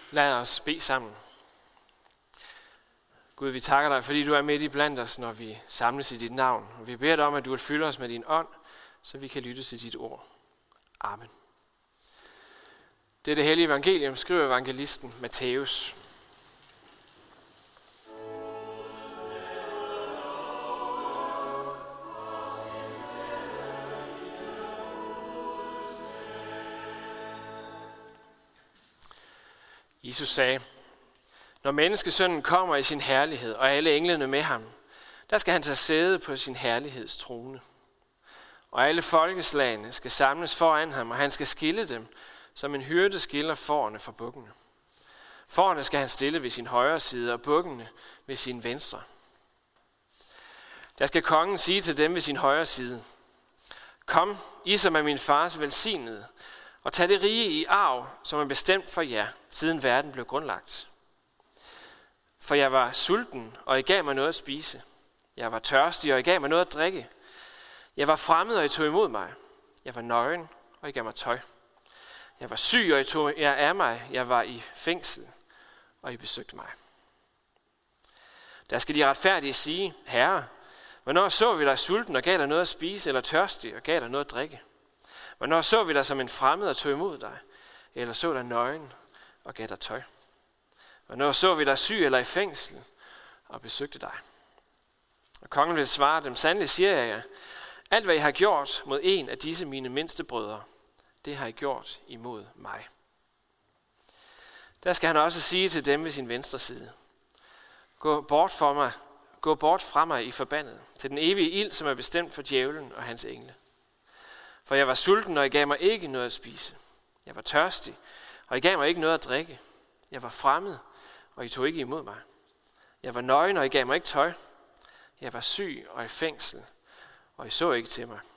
Lad os bede sammen. Gud, vi takker dig, fordi du er midt i blandt os, når vi samles i dit navn. Og vi beder dig om, at du vil fylde os med din ånd, så vi kan lytte til dit ord. Amen. Det er det hellige evangelium, skriver evangelisten Matthæus. Jesus sagde, når menneskesønnen kommer i sin herlighed, og alle englene med ham, der skal han tage sæde på sin herlighedstrone. Og alle folkeslagene skal samles foran ham, og han skal skille dem, som en hyrde skiller fårene fra bukkene. Fårene skal han stille ved sin højre side, og bukkene ved sin venstre. Der skal kongen sige til dem ved sin højre side, kom, I som er min fars velsignede, og tag det rige i arv, som er bestemt for jer, siden verden blev grundlagt. For jeg var sulten, og I gav mig noget at spise. Jeg var tørstig, og I gav mig noget at drikke. Jeg var fremmed, og I tog imod mig. Jeg var nøgen, og I gav mig tøj. Jeg var syg, og I tog jer af mig. Jeg var i fængsel, og I besøgte mig. Der skal de retfærdige sige, Herre, hvornår så vi dig sulten, og gav dig noget at spise, eller tørstig, og gav dig noget at drikke? Hvornår så vi dig som en fremmed og tog imod dig, eller så dig nøgen og gav dig tøj? Hvornår så vi dig syg eller i fængsel og besøgte dig? Og kongen vil svare dem, sandelig siger jeg jer, alt hvad I har gjort mod en af disse mine mindste brødre, det har I gjort imod mig. Der skal han også sige til dem ved sin venstre side, gå bort fra mig i forbandet, til den evige ild, som er bestemt for djævlen og hans engle. For jeg var sulten, og I gav mig ikke noget at spise. Jeg var tørstig, og I gav mig ikke noget at drikke. Jeg var fremmed, og I tog ikke imod mig. Jeg var nøgen, og I gav mig ikke tøj. Jeg var syg og i fængsel, og I så ikke til mig.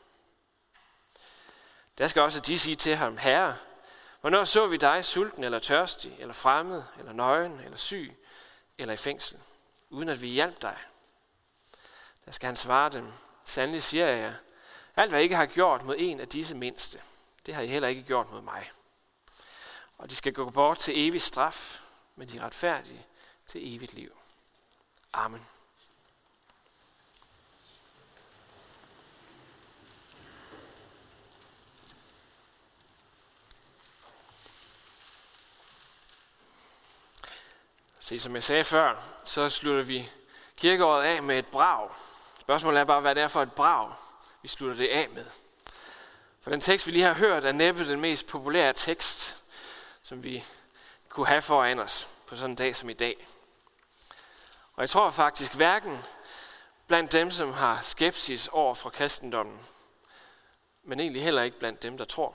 Der skal også de sige til ham, Herre, hvornår så vi dig sulten eller tørstig, eller fremmed, eller nøgen, eller syg, eller i fængsel, uden at vi hjalp dig? Der skal han svare dem, sandelig siger jeg jer, alt hvad I ikke har gjort mod en af disse mindste, det har I heller ikke gjort mod mig. Og de skal gå bort til evig straf, men de retfærdige til evigt liv. Amen. Se, som jeg sagde før, så slutter vi kirkeåret af med et brag. Spørgsmålet er bare, hvad det er for et brag, vi slutter det af med. For den tekst, vi lige har hørt, er næppe den mest populære tekst, som vi kunne have foran os på sådan en dag som i dag. Og jeg tror faktisk hverken blandt dem, som har skepsis over for kristendommen, men egentlig heller ikke blandt dem, der tror.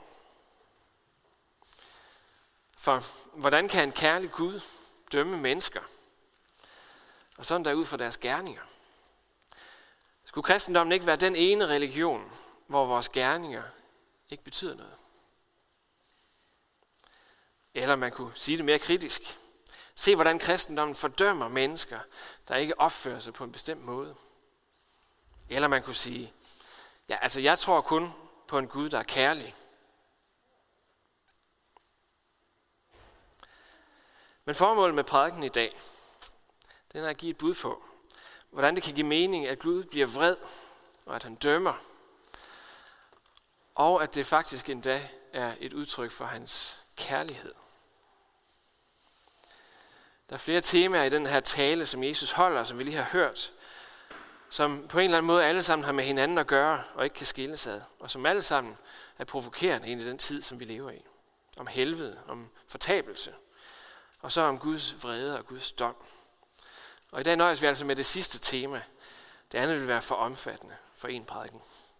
For hvordan kan en kærlig Gud dømme mennesker, og sådan der ud fra deres gerninger? Skulle kristendommen ikke være den ene religion, hvor vores gerninger ikke betyder noget? Eller man kunne sige det mere kritisk. Se, hvordan kristendommen fordømmer mennesker, der ikke opfører sig på en bestemt måde. Eller man kunne sige, ja, altså jeg tror kun på en Gud, der er kærlig. Men formålet med prædiken i dag, den er at give et bud på, hvordan det kan give mening, at Gud bliver vred, og at han dømmer, og at det faktisk endda er et udtryk for hans kærlighed. Der er flere temaer i den her tale, som Jesus holder, som vi lige har hørt, som på en eller anden måde alle sammen har med hinanden at gøre, og ikke kan skilles ad, og som alle sammen er provokerende ind i den tid, som vi lever i. Om helvede, om fortabelse, og så om Guds vrede og Guds dom. Og i dag nøjes vi altså med det sidste tema. Det andet vil være for omfattende for en prædiken.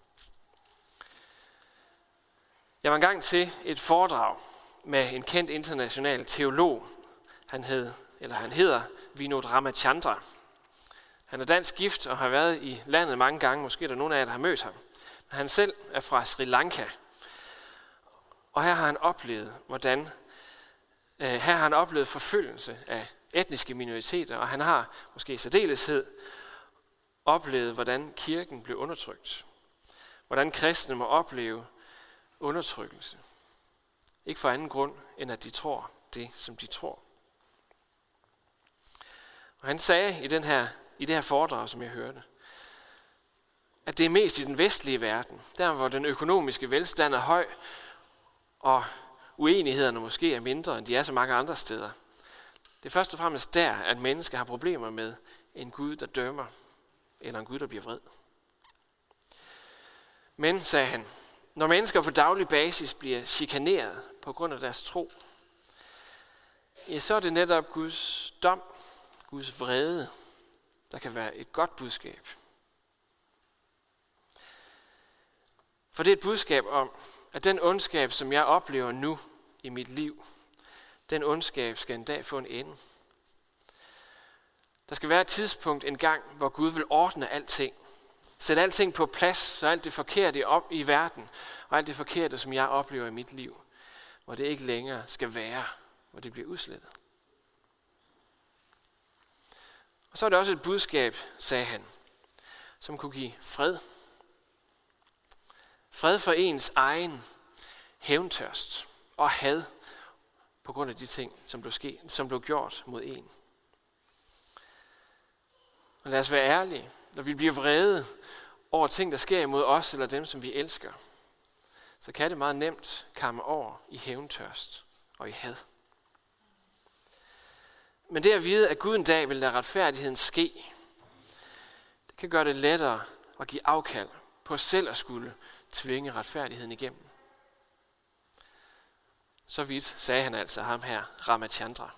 Jeg var engang til et foredrag med en kendt international teolog. Han hedder Vinod Ramachandra. Han er dansk gift og har været i landet mange gange. Måske er der nogen af jer, der har mødt ham. Men han selv er fra Sri Lanka. Og her har han oplevet forfølgelse af etniske minoriteter, og han har måske i særdeleshed oplevet, hvordan kirken blev undertrykt. Hvordan kristne må opleve undertrykkelse. Ikke for anden grund, end at de tror det, som de tror. Og han sagde i det her foredrag, som jeg hørte, at det er mest i den vestlige verden, der hvor den økonomiske velstand er høj, og uenighederne måske er mindre, end de er så mange andre steder. Det er først og fremmest der, at mennesker har problemer med en Gud, der dømmer, eller en Gud, der bliver vred. Men, sagde han, når mennesker på daglig basis bliver chikaneret på grund af deres tro, ja, så er det netop Guds dom, Guds vrede, der kan være et godt budskab. For det er et budskab om, at den ondskab, som jeg oplever nu i mit liv, den ondskab skal en dag få en ende. Der skal være et tidspunkt en gang, hvor Gud vil ordne alting. Sætte alting på plads, så alt det forkerte op i verden, og alt det forkerte, som jeg oplever i mit liv, hvor det ikke længere skal være, hvor det bliver udslettet. Og så er det også et budskab, sagde han, som kunne give fred. Fred for ens egen hævntørst og had på grund af de ting, som blev gjort mod en. Og lad os være ærlige. Når vi bliver vrede over ting, der sker imod os eller dem, som vi elsker, så kan det meget nemt komme over i hævntørst og i had. Men det at vide, at Gud en dag vil lade retfærdigheden ske, det kan gøre det lettere at give afkald på selv at skulle tvinge retfærdigheden igennem. Så vidt sagde han altså ham her, Ramachandra.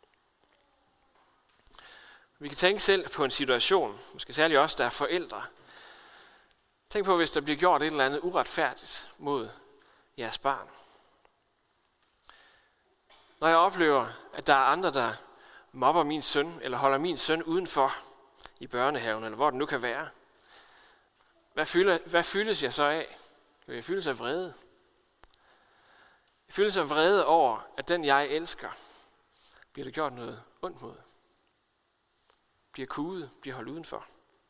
Vi kan tænke selv på en situation, måske særligt også der er forældre. Tænk på, hvis der bliver gjort et eller andet uretfærdigt mod jeres barn. Når jeg oplever, at der er andre, der mobber min søn, eller holder min søn udenfor i børnehaven, eller hvor det nu kan være, hvad fyldes jeg så af? Jeg fyldes af vrede. Jeg fyldes af vrede over, at den jeg elsker, bliver der gjort noget ondt mod. Bliver kuget, bliver holdt udenfor.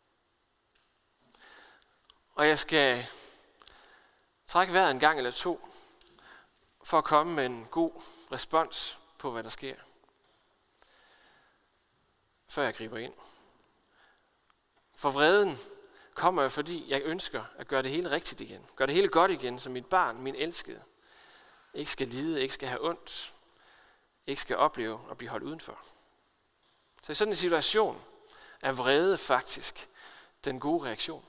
Og jeg skal trække vejret en gang eller to, for at komme med en god respons på, hvad der sker. Før jeg griber ind. For vreden kommer jo, fordi jeg ønsker at gøre det hele rigtigt igen. Gøre det hele godt igen, så mit barn, min elskede, ikke skal lide, ikke skal have ondt, ikke skal opleve at blive holdt udenfor. Så i sådan en situation er vrede faktisk den gode reaktion.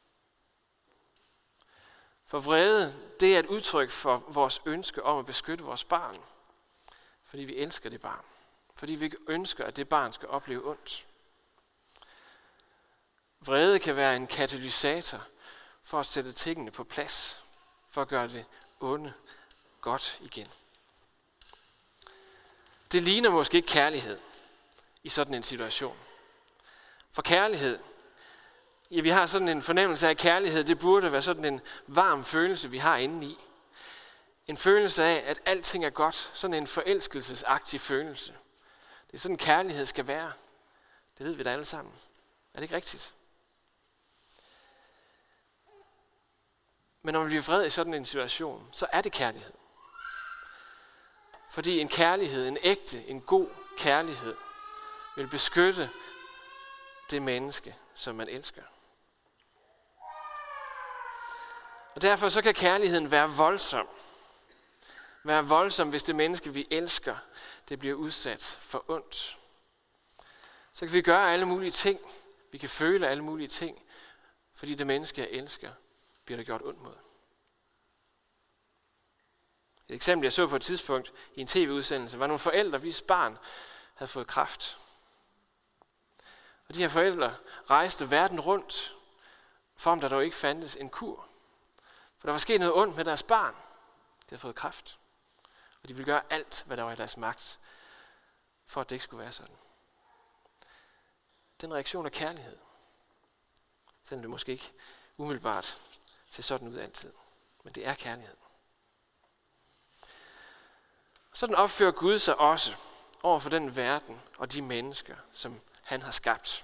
For vrede, det er et udtryk for vores ønske om at beskytte vores barn, fordi vi elsker det barn. Fordi vi ikke ønsker, at det barn skal opleve ondt. Vrede kan være en katalysator for at sætte tingene på plads, for at gøre det onde godt igen. Det ligner måske ikke kærlighed i sådan en situation. For kærlighed, ja, vi har sådan en fornemmelse af, at kærlighed, det burde være sådan en varm følelse, vi har indeni. En følelse af, at alting er godt. Sådan en forelskelsesagtig følelse. Det er sådan, kærlighed skal være. Det ved vi da alle sammen. Er det ikke rigtigt? Men når man bliver vred i sådan en situation, så er det kærlighed. Fordi en kærlighed, en ægte, en god kærlighed, vil beskytte det menneske, som man elsker. Og derfor så kan kærligheden være voldsom. Være voldsom, hvis det menneske, vi elsker, det bliver udsat for ondt. Så kan vi gøre alle mulige ting. Vi kan føle alle mulige ting, fordi det menneske, jeg elsker, bliver der gjort ondt mod. Et eksempel, jeg så på et tidspunkt i en tv-udsendelse, var nogle forældre, hvis barn havde fået kræft. Og de her forældre rejste verden rundt, for om der dog ikke fandtes en kur. For der var sket noget ondt med deres barn. De havde fået kræft. Og de ville gøre alt, hvad der var i deres magt, for at det ikke skulle være sådan. Den reaktion er kærlighed. Selvom det måske ikke umiddelbart ser sådan ud altid. Men det er kærlighed. Sådan opfører Gud sig også over for den verden og de mennesker, som han har skabt.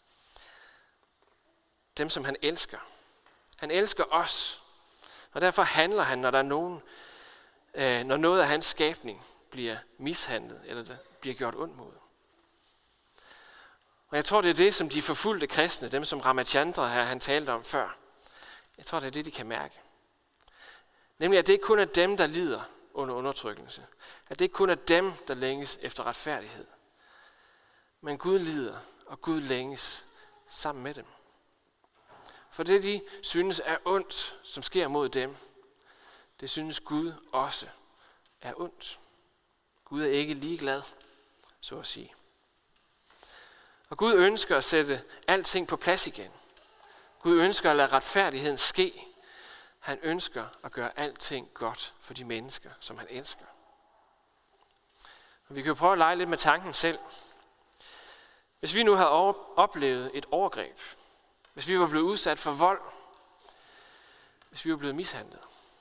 Dem, som han elsker. Han elsker os. Og derfor handler han, når der er nogen, når noget af hans skabning bliver mishandlet, eller der bliver gjort ondt mod. Og jeg tror, det er det, som de forfulgte kristne, dem som Ramachandra her, han talte om før, jeg tror, det er det, de kan mærke. Nemlig, at det ikke kun er dem, der lider under undertrykkelse. At det ikke kun er dem, der længes efter retfærdighed. Men Gud lider, og Gud længes sammen med dem. For det, de synes er ondt, som sker mod dem, det synes Gud også er ondt. Gud er ikke ligeglad, så at sige. Og Gud ønsker at sætte alting på plads igen. Gud ønsker at lade retfærdigheden ske. Han ønsker at gøre alting godt for de mennesker, som han elsker. Og vi kan jo prøve at lege lidt med tanken selv. Hvis vi nu havde oplevet et overgreb, hvis vi var blevet udsat for vold, hvis vi var blevet mishandlet,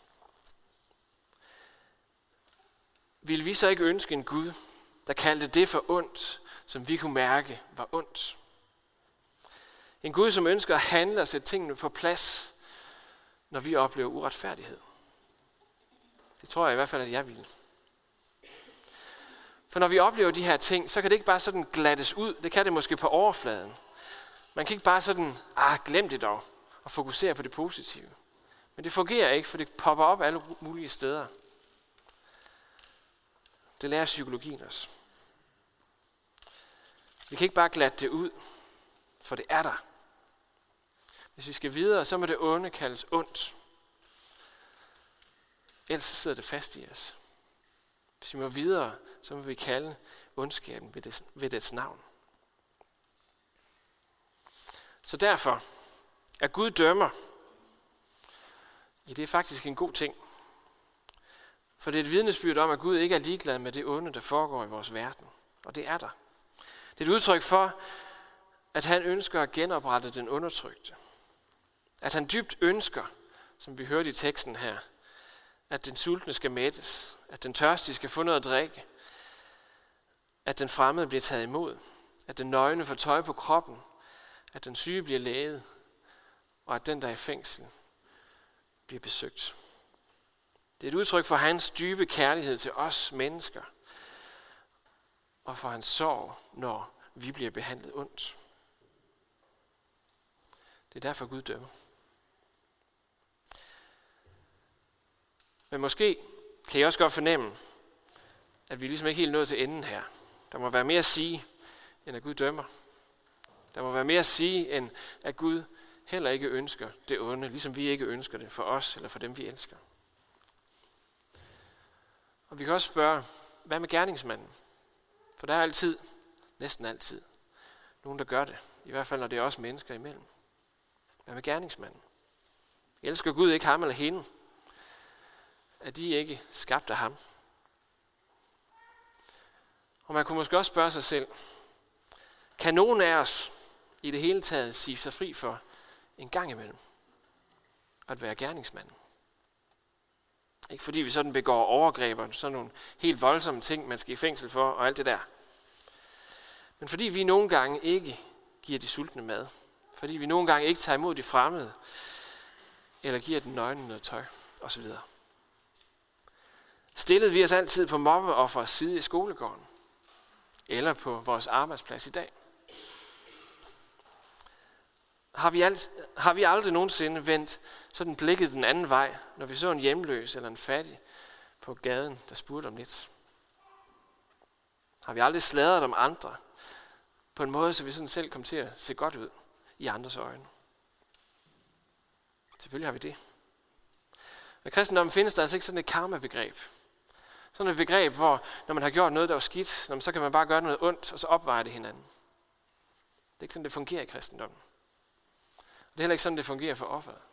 ville vi så ikke ønske en Gud, der kaldte det for ondt, som vi kunne mærke var ondt? En Gud, som ønsker at handle og sætte tingene på plads, når vi oplever uretfærdighed. Det tror jeg i hvert fald, at jeg vil. For når vi oplever de her ting, så kan det ikke bare sådan glattes ud. Det kan det måske på overfladen. Man kan ikke bare sådan, glem det dog, og fokusere på det positive. Men det fungerer ikke, for det popper op alle mulige steder. Det lærer psykologien os. Vi kan ikke bare glatte det ud, for det er der. Hvis vi skal videre, så må det onde kaldes ondt. Ellers sidder det fast i os. Hvis vi må videre, så må vi kalde ondskaben ved dets navn. Så derfor, at Gud dømmer, det er faktisk en god ting. For det er et vidnesbyrd om, at Gud ikke er ligeglad med det onde, der foregår i vores verden. Og det er der. Det er et udtryk for, at han ønsker at genoprette den undertrykte. At han dybt ønsker, som vi hørte i teksten her, at den sultne skal mættes, at den tørstige skal få noget at drikke, at den fremmede bliver taget imod, at den nøgne får tøj på kroppen, at den syge bliver læget, og at den, der er i fængsel, bliver besøgt. Det er et udtryk for hans dybe kærlighed til os mennesker, og for hans sorg, når vi bliver behandlet ondt. Det er derfor Gud dømmer. Men måske kan I også godt fornemme, at vi ligesom ikke helt nået til enden her. Der må være mere at sige, end at Gud dømmer. Der må være mere at sige, end at Gud heller ikke ønsker det onde, ligesom vi ikke ønsker det for os eller for dem, vi elsker. Og vi kan også spørge, hvad med gerningsmanden? For der er altid, næsten altid, nogen, der gør det. I hvert fald, når det er også mennesker imellem. Hvad med gerningsmanden? Elsker Gud ikke ham eller hende? Er de ikke skabt af ham? Og man kunne måske også spørge sig selv, kan nogen af os i det hele taget sige sig fri for en gang imellem at være gerningsmanden? Ikke fordi vi sådan begår overgreb og sådan nogle helt voldsomme ting, man skal i fængsel for og alt det der. Men fordi vi nogle gange ikke giver de sultne mad. Fordi vi nogle gange ikke tager imod de fremmede. Eller giver den nøgne noget tøj osv. Stillede vi os altid på mobbeofferets side i skolegården? Eller på vores arbejdsplads i dag? Har vi aldrig nogensinde vendt sådan blikket den anden vej, når vi så en hjemløs eller en fattig på gaden, der spurgte om lidt? Har vi aldrig sladret om andre på en måde, så vi sådan selv kom til at se godt ud i andres øjne? Selvfølgelig har vi det. Og i kristendommen findes der altså ikke sådan et karma-begreb. Sådan et begreb, hvor når man har gjort noget, der var skidt, så kan man bare gøre noget ondt, og så opveje det hinanden. Det er ikke sådan, det fungerer i kristendommen. Det er heller ikke sådan, det fungerer for offeret.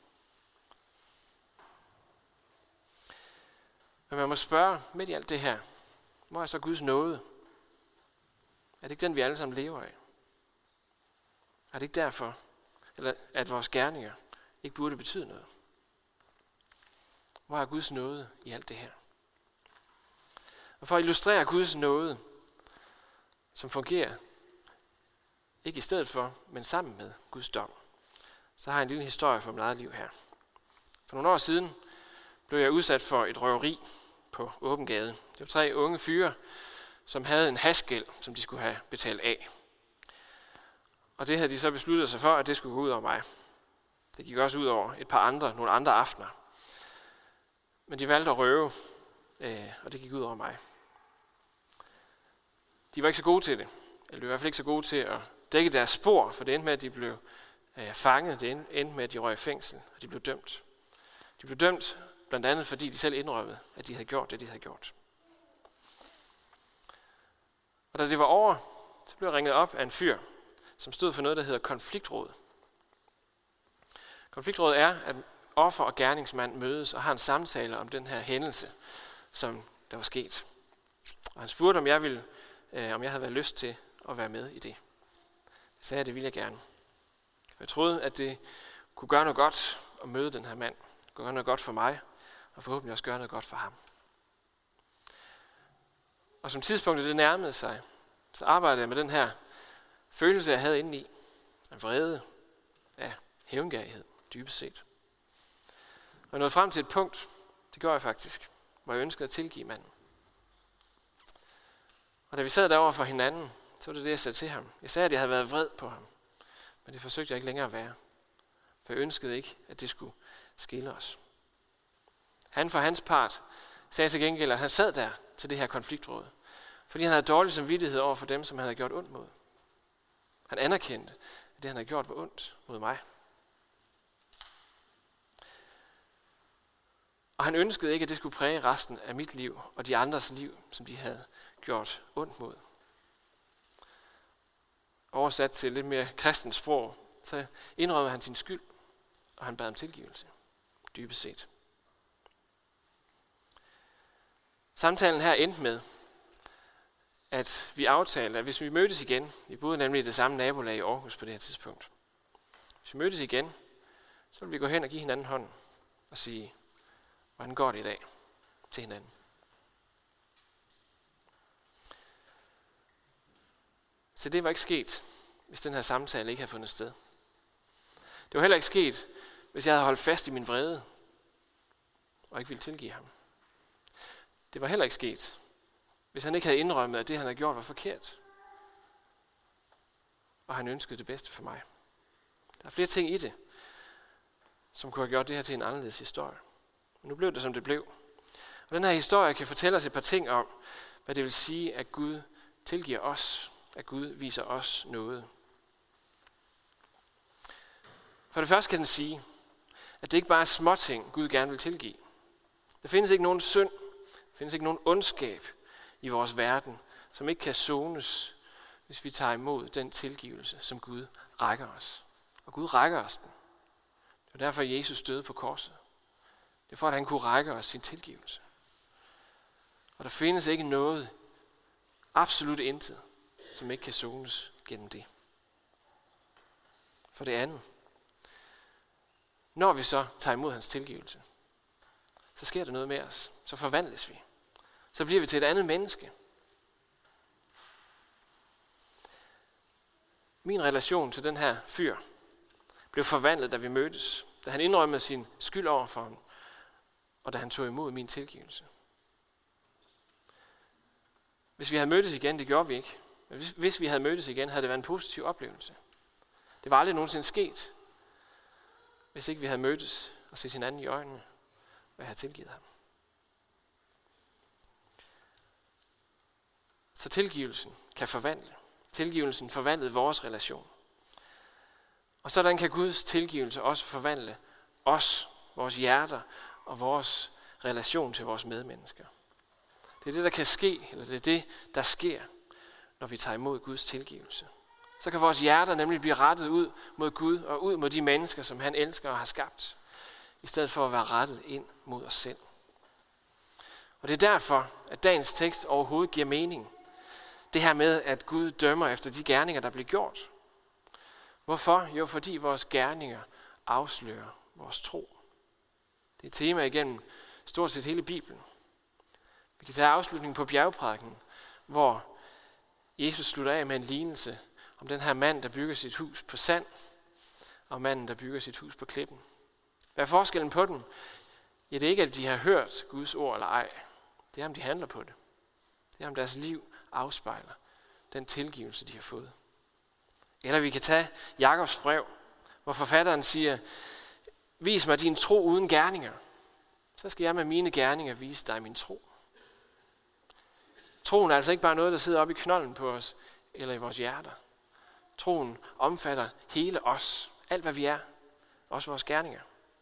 Men man må spørge, midt i alt det her, hvor er så Guds nåde? Er det ikke den, vi alle sammen lever af? Er det ikke derfor, eller at vores gerninger ikke burde betyde noget? Hvor er Guds nåde i alt det her? Og for at illustrere Guds nåde, som fungerer, ikke i stedet for, men sammen med Guds dom, så har jeg en lille historie fra mit eget liv her. For nogle år siden blev jeg udsat for et røveri på åben gade. Det var 3 unge fyre, som havde en hashgæld, som de skulle have betalt af. Og det havde de så besluttet sig for, at det skulle gå ud over mig. Det gik også ud over nogle andre aftener. Men de valgte at røve, og det gik ud over mig. De var ikke så gode til det. Eller de var i hvert fald ikke så gode til at dække deres spor, for det endte med, at de blev fanget. Det endte med, at de røg i fængsel, og de blev dømt. De blev dømt blandt andet, fordi de selv indrømmede, at de havde gjort det, de havde gjort. Og da det var over, så blev jeg ringet op af en fyr, som stod for noget, der hedder konfliktråd. Konfliktråd er, at offer og gerningsmand mødes og har en samtale om den her hændelse, som der var sket. Og han spurgte, om jeg havde været lyst til at være med i det. Det sagde jeg, det ville jeg gerne. For jeg troede, at det kunne gøre noget godt at møde den her mand. Det kunne gøre noget godt for mig, og forhåbentlig også gøre noget godt for ham. Og som tidspunktet det nærmede sig, så arbejdede jeg med den her følelse, jeg havde indeni. En vrede af hævngerighed, dybest set. Og jeg nåede frem til et punkt, det gjorde jeg faktisk, hvor jeg ønskede at tilgive manden. Og da vi sad derovre for hinanden, så var det, jeg sagde til ham. Jeg sagde, at jeg havde været vred på ham, men det forsøgte jeg ikke længere at være. For jeg ønskede ikke, at det skulle skille os. Han for hans part sagde til gengæld, at han sad der til det her konfliktråd, fordi han havde dårlig samvittighed over for dem, som han havde gjort ondt mod. Han anerkendte, at det, han havde gjort, var ondt mod mig. Og han ønskede ikke, at det skulle præge resten af mit liv og de andres liv, som de havde gjort ondt mod. Oversat til lidt mere kristent sprog, så indrømmede han sin skyld, og han bad om tilgivelse, dybest set. Samtalen her endte med, at vi aftalte, at hvis vi mødtes igen, vi boede nemlig i det samme nabolag i Aarhus på det her tidspunkt. Hvis vi mødtes igen, så ville vi gå hen og give hinanden hånden og sige, hvordan går det i dag til hinanden. Så det var ikke sket, hvis den her samtale ikke havde fundet sted. Det var heller ikke sket, hvis jeg havde holdt fast i min vrede og ikke ville tilgive ham. Det var heller ikke sket, hvis han ikke havde indrømmet, at det, han havde gjort, var forkert. Og han ønskede det bedste for mig. Der er flere ting i det, som kunne have gjort det her til en anderledes historie. Men nu blev det, som det blev. Og den her historie kan fortælle os et par ting om, hvad det vil sige, at Gud tilgiver os. At Gud viser os noget. For det første kan den sige, at det ikke bare er småting, Gud gerne vil tilgive. Der findes ikke nogen synd, der findes ikke nogen ondskab i vores verden, som ikke kan sones, hvis vi tager imod den tilgivelse, som Gud rækker os. Og Gud rækker os den. Det er derfor, Jesus døde på korset. Det er for, at han kunne række os sin tilgivelse. Og der findes ikke noget, absolut intet, som ikke kan sones gennem det. For det andet, når vi så tager imod hans tilgivelse, så sker der noget med os. Så forvandles vi. Så bliver vi til et andet menneske. Min relation til den her fyr blev forvandlet, da vi mødtes. Da han indrømmede sin skyld over for ham, og da han tog imod min tilgivelse. Hvis vi havde mødtes igen, det gjorde vi ikke. Men hvis vi havde mødtes igen, havde det været en positiv oplevelse. Det var aldrig nogensinde sket, hvis ikke vi havde mødtes og set hinanden i øjnene, og jeg havde tilgivet ham. Så tilgivelsen kan forvandle. Tilgivelsen forvandlede vores relation. Og sådan kan Guds tilgivelse også forvandle os, vores hjerter og vores relation til vores medmennesker. Det er det, der kan ske, eller det er det, der sker, når vi tager imod Guds tilgivelse. Så kan vores hjerter nemlig blive rettet ud mod Gud og ud mod de mennesker, som han elsker og har skabt, i stedet for at være rettet ind mod os selv. Og det er derfor, at dagens tekst overhovedet giver mening. Det her med, at Gud dømmer efter de gerninger, der bliver gjort. Hvorfor? Jo, fordi vores gerninger afslører vores tro. Det er et tema igennem stort set hele Bibelen. Vi kan tage afslutningen på bjergprædiken, hvor Jesus slutter af med en lignelse om den her mand, der bygger sit hus på sand, og manden, der bygger sit hus på klippen. Hvad er forskellen på dem? Ja, det er ikke, at de har hørt Guds ord eller ej. Det er, om de handler på det. Det er, om deres liv afspejler den tilgivelse, de har fået. Eller vi kan tage Jakobs brev, hvor forfatteren siger, vis mig din tro uden gerninger. Så skal jeg med mine gerninger vise dig min tro. Troen er altså ikke bare noget, der sidder oppe i knolden på os, eller i vores hjerter. Troen omfatter hele os, alt hvad vi er, også vores gerninger.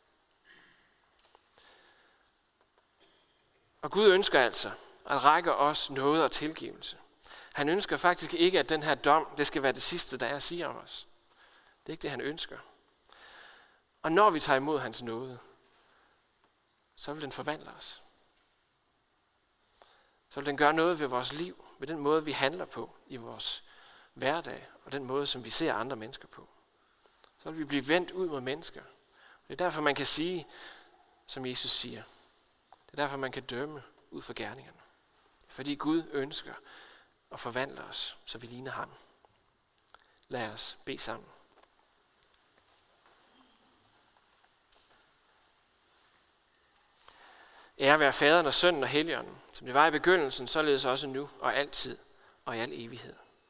Og Gud ønsker altså at række os noget og tilgivelse. Han ønsker faktisk ikke, at den her dom, det skal være det sidste, der er at sige om os. Det er ikke det, han ønsker. Og når vi tager imod hans nåde, så vil den forvandle os. Så vil den gøre noget ved vores liv, ved den måde, vi handler på i vores hverdag, og den måde, som vi ser andre mennesker på. Så vil vi blive vendt ud mod mennesker. Det er derfor, man kan sige, som Jesus siger. Det er derfor, man kan dømme ud fra gerningerne. Fordi Gud ønsker at forvandle os, så vi ligner ham. Lad os bede sammen. Ære være Faderen og Sønnen og Helligånden, som det var i begyndelsen, således også nu og altid og i al evighed.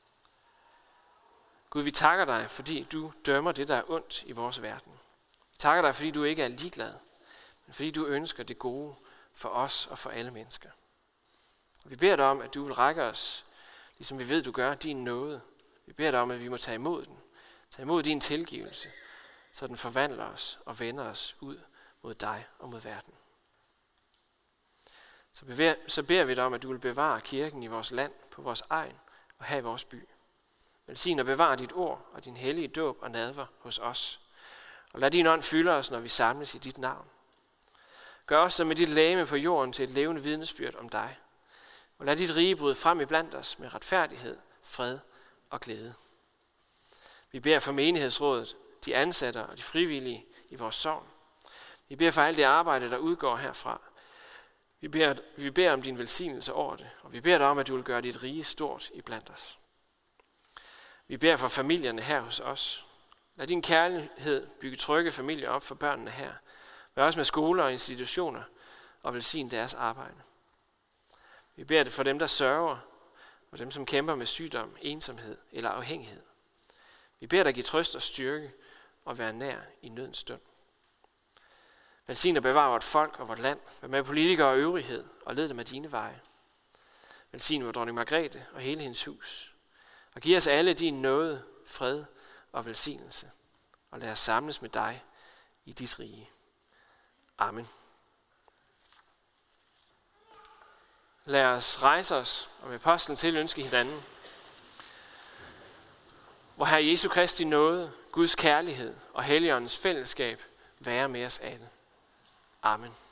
Gud, vi takker dig, fordi du dømmer det, der er ondt i vores verden. Vi takker dig, fordi du ikke er ligeglad, men fordi du ønsker det gode for os og for alle mennesker. Og vi beder dig om, at du vil række os, ligesom vi ved, du gør, din nåde. Vi beder dig om, at vi må tage imod den. Tage imod din tilgivelse, så den forvandler os og vender os ud mod dig og mod verden. Så beder vi dig om, at du vil bevare kirken i vores land, på vores egen og her i vores by. Velsign og bevare dit ord og din hellige dåb og nadver hos os. Og lad din ånd fylde os, når vi samles i dit navn. Gør os så med dit legeme på jorden til et levende vidnesbyrd om dig. Og lad dit rige bryde frem iblandt os med retfærdighed, fred og glæde. Vi beder for menighedsrådet, de ansatte og de frivillige i vores sogn. Vi beder for alt det arbejde, der udgår herfra. Vi beder om din velsignelse over det, og vi beder dig om, at du vil gøre dit rige stort iblandt os. Vi beder for familierne her hos os. Lad din kærlighed bygge trygge familier op for børnene her. Vær også med skoler og institutioner, og velsign deres arbejde. Vi beder det for dem, der sørger, og dem, som kæmper med sygdom, ensomhed eller afhængighed. Vi beder dig give trøst og styrke, og være nær i nødens stund. Velsign og bevare vort folk og vort land. Vær med politikere og øvrighed, og led dem af dine veje. Velsign vor dronning Margrethe og hele hendes hus. Og giv os alle din nåde, fred og velsignelse. Og lad os samles med dig i dit rige. Amen. Lad os rejse os og med apostlen til ønske hinanden. Hvor Herre Jesu Kristi nåde, Guds kærlighed og Helligåndens fællesskab være med os alle. Amen.